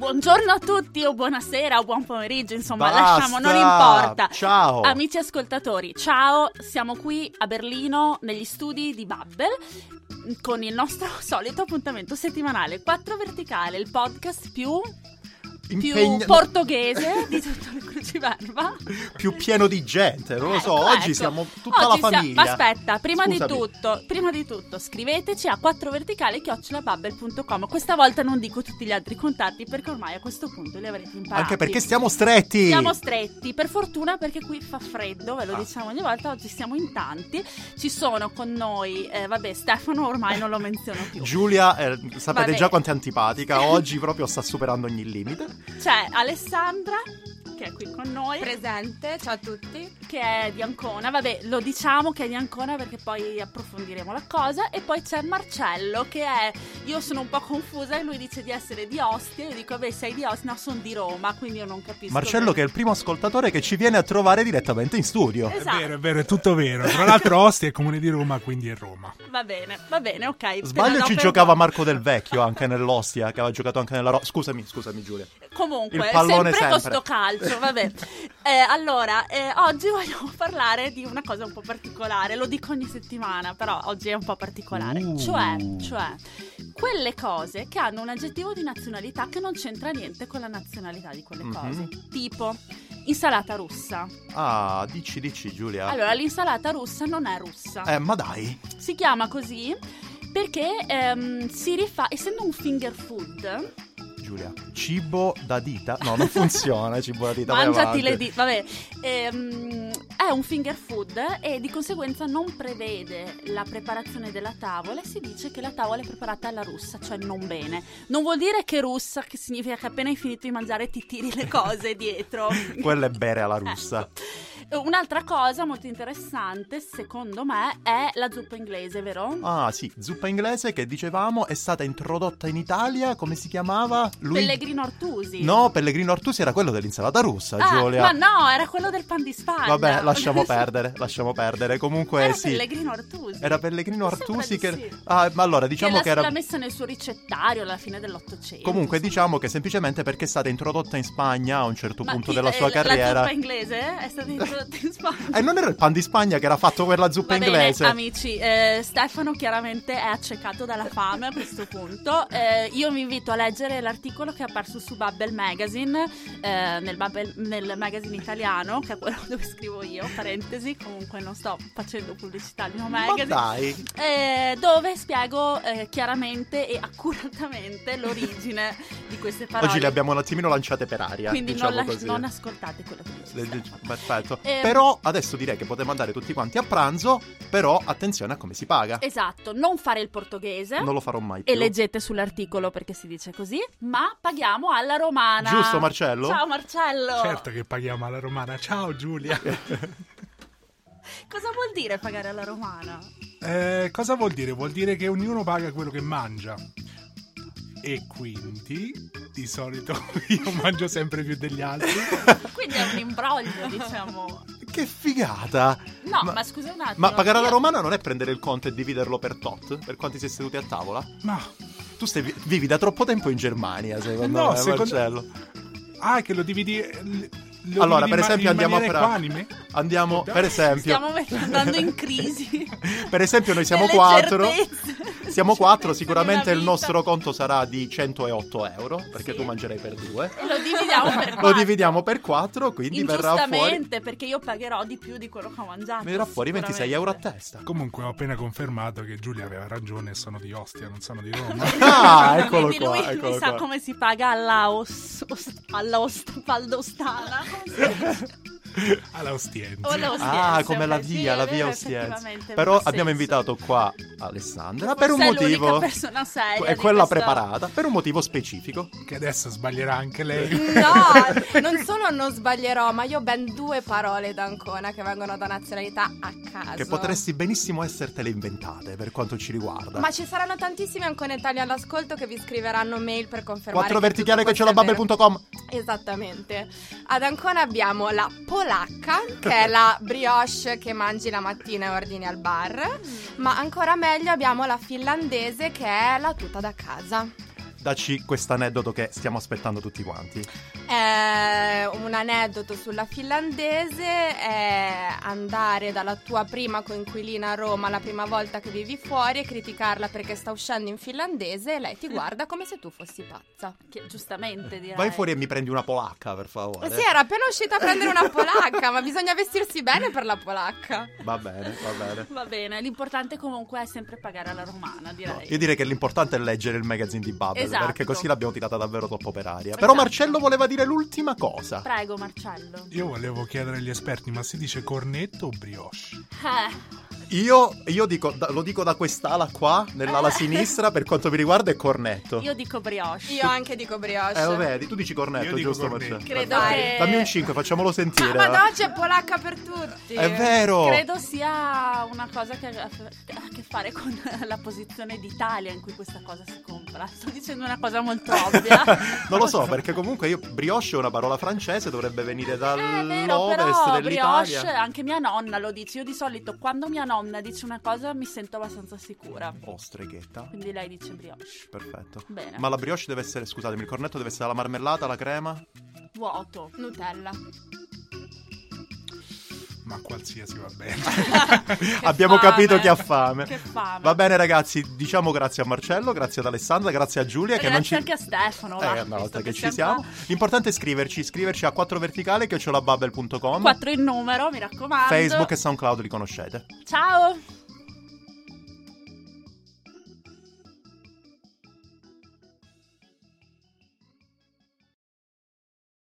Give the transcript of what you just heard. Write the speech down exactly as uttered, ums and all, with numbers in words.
buongiorno a tutti o buonasera o buon pomeriggio, insomma, Basta, lasciamo, non importa. Ciao. Amici ascoltatori, ciao, siamo qui a Berlino negli studi di Babbel con il nostro solito appuntamento settimanale Quattro Verticale, il podcast più... Impegna... più portoghese di tutto il cruciverba, più pieno di gente, non lo so, ecco, oggi ecco. siamo tutta oggi la famiglia. Siamo... aspetta, prima Scusami. di tutto prima di tutto scriveteci a quattroverticale chiocciola babbel punto com. Questa volta non dico tutti gli altri contatti perché ormai a questo punto li avrete imparati. Anche perché stiamo stretti. Stiamo stretti, per fortuna, perché qui fa freddo, ve lo Ah. diciamo ogni volta. Oggi siamo in tanti. Ci sono con noi, eh, vabbè, Stefano ormai non lo menziono più. Giulia, eh, sapete Vabbè. già quanto è antipatica. Oggi proprio sta superando ogni limite. C'è Alessandra, che è qui con noi, Presente, ciao a tutti. che è di Ancona. Vabbè, lo diciamo che è di Ancona perché poi approfondiremo la cosa. E poi c'è Marcello, che è... Io sono un po' confusa e lui dice di essere di Ostia. Io dico, beh, sei di Ostia? No, sono di Roma, quindi io non capisco. Marcello, bene. che è il primo ascoltatore che ci viene a trovare direttamente in studio. Esatto. È vero, è vero, è tutto vero. Tra l'altro Ostia è comune di Roma, quindi è Roma. Va bene, va bene, ok. Sbaglio, Però ci no, giocava perdono. Marco Del Vecchio anche nell'Ostia, che aveva giocato anche nella Roma. Scusami, scusami Giulia. Comunque, Il pallone sempre con sempre. sto calcio, vabbè. Eh, allora, eh, oggi vogliamo parlare di una cosa un po' particolare. Lo dico ogni settimana, però oggi è un po' particolare. Uh. Cioè, cioè, quelle cose che hanno un aggettivo di nazionalità che non c'entra niente con la nazionalità di quelle Mhm. cose. Tipo, insalata russa. Ah, dici, dici Giulia. Allora, l'insalata russa non è russa. Eh, ma dai. Si chiama così perché ehm, si rifà, essendo un finger food... Giulia, cibo da dita? No, non funziona cibo da dita. vai Mangiati avanti. le dita, vabbè, ehm, è un finger food e di conseguenza non prevede la preparazione della tavola e si dice che la tavola è preparata alla russa, cioè non bene. Non vuol dire che russa, che significa che appena hai finito di mangiare ti tiri le cose dietro. Quella è bere alla russa. Ecco. Un'altra cosa molto interessante, secondo me, è la zuppa inglese, vero? Ah, sì, zuppa inglese che dicevamo è stata introdotta in Italia, come si chiamava? Lui... Pellegrino Artusi. No, Pellegrino Artusi era quello dell'insalata russa, Ah, Giulia. ma no, era quello del pan di Spagna. Vabbè, lasciamo perdere, lasciamo perdere. Comunque Era sì. Pellegrino Artusi. Era Pellegrino Mi sembra Artusi di che... sì. Ah, ma allora diciamo che, che l'ha, era... l'ha messa nel suo ricettario alla fine dell'Ottocento. Comunque insomma. diciamo che semplicemente perché è stata introdotta in Spagna a un certo Ma punto chi- della sua eh, carriera. La zuppa inglese è stata introdotta in Spagna. E non era il pan di Spagna che era fatto per la zuppa Va bene, inglese? amici, eh, Stefano chiaramente è accecato dalla fame a questo punto. Eh, io vi invito a leggere l'articolo che è apparso su Babbel Magazine, eh, nel, Babbel, nel magazine italiano, che è quello dove scrivo io, parentesi, comunque non sto facendo pubblicità al mio Ma magazine. dai. Eh, dove spiego eh, chiaramente e accuratamente l'origine di queste parole. Oggi le abbiamo un attimino lanciate per aria, Quindi diciamo non, la- così. non ascoltate quello che dice Le- Stefano. Perfetto. Ehm. Però adesso direi che potete andare tutti quanti a pranzo, però attenzione a come si paga. Esatto, non fare il portoghese. Non lo farò mai più. E leggete sull'articolo perché si dice così, ma paghiamo alla romana. Giusto, Marcello? Ciao Marcello. Certo che paghiamo alla romana. Ciao Giulia. Cosa vuol dire pagare alla romana? Eh, cosa vuol dire? Vuol dire che ognuno paga quello che mangia. E quindi, di solito, io mangio sempre più degli altri. Quindi è un imbroglio, diciamo. Che figata! No, ma, Ma- scusa un attimo. Ma pagare alla io- romana non è prendere il conto e dividerlo per tot? Per quanti si è seduti a tavola? Ma, Tu stai vi- vivi da troppo tempo in Germania, secondo No, me, secondo- Marcello. ah, che lo dividi... Lo Allora, dividi per in ma- esempio, in andiamo a maniere pra- equanime? Andiamo, Dai. per esempio... Stiamo met- andando in crisi. Per esempio noi siamo Delle quattro. certezze. Siamo quattro, Certezze sicuramente della il vita. nostro conto sarà di centootto euro, perché Sì. tu mangerai per due. E lo dividiamo per quattro. Lo dividiamo per quattro, quindi verrà fuori. Ingiustamente, perché io pagherò di più di quello che ho mangiato. Verrà fuori ventisei euro a sicuramente. testa. Comunque ho appena confermato che Giulia aveva ragione e sono di Ostia, non sono di Roma. Ah, eccolo Quindi qua, lui, eccolo lui sa qua. come si paga alla os, os, alla ost, valdostana. Come si dice? Alla Ostiense. O alla Ostiense, Ah, come la ok, sì, via, la è via vero, Ostiense. effettivamente, Però aveva abbiamo senso. invitato qua Alessandra per un Forse è motivo. l'unica persona seria È di quella questo- preparata, per un motivo specifico. Che adesso sbaglierà anche lei. No, non solo non sbaglierò, ma io ho ben due parole d'Ancona che vengono da nazionalità a caso. Che potresti benissimo essertele inventate per quanto ci riguarda. Ma ci saranno tantissimi anconetani all'ascolto che vi scriveranno mail per confermare quattro che verticale tutto che ce questo la è babbel punto com. vero. Esattamente. Ad Ancona abbiamo la polacca, che è la brioche che mangi la mattina e ordini al bar. Ma ancora meglio abbiamo la finlandese, che è la tuta da casa. dacci questo aneddoto che stiamo aspettando tutti quanti. Eh, un aneddoto sulla finlandese è andare dalla tua prima coinquilina a Roma la prima volta che vivi fuori e criticarla perché sta uscendo in finlandese e lei ti guarda come se tu fossi pazza. Che giustamente direi. Vai fuori e mi prendi una polacca, per favore. Sì, era appena uscita a prendere una polacca, ma bisogna vestirsi bene per la polacca. Va bene, va bene. Va bene, l'importante comunque è sempre pagare alla romana, direi. No, io direi che l'importante è leggere il magazine di Bubble, Esatto. perché così l'abbiamo tirata davvero troppo per aria. Esatto. Però Marcello voleva dire l'ultima cosa. Prego, Marcello. Io volevo chiedere agli esperti, ma si dice cornetto o brioche? Eh, Io, io dico, da- lo dico da quest'ala qua, nell'ala Eh. sinistra, per quanto mi riguarda è cornetto. io dico brioche. Io anche dico brioche. Eh, lo vedi, tu dici cornetto, Io dico giusto cornetto. Marcello? Credo Vai. che... Dammi un cinque, facciamolo sentire. Ah, ma oggi è polacca per tutti. È vero! Credo sia una cosa che ha a che fare con la posizione d'Italia in cui questa cosa si compra. Sto dicendo una cosa molto ovvia. Non lo so, perché comunque io brioche è una parola francese, dovrebbe venire Eh, è vero, dall'ovest però dell'Italia. brioche, anche mia nonna lo dice. Io di solito quando mia nonna dice una cosa mi sento abbastanza sicura. Oh, streghetta. Quindi lei dice brioche. Perfetto. Bene. Ma la brioche deve essere, scusatemi, il cornetto deve essere la marmellata, la crema? Vuoto. Nutella. Ma qualsiasi va bene. Abbiamo fame. capito chi ha fame. Che fame. Va bene ragazzi, diciamo grazie a Marcello, grazie ad Alessandra, grazie a Giulia che non ci... Grazie anche a Stefano. va, Eh, una volta visto che ci siamo siamo. qua. L'importante è scriverci, scriverci a quattro verticale chiocciolabubble punto com. Quattro in numero, mi raccomando. Facebook e SoundCloud li conoscete. Ciao.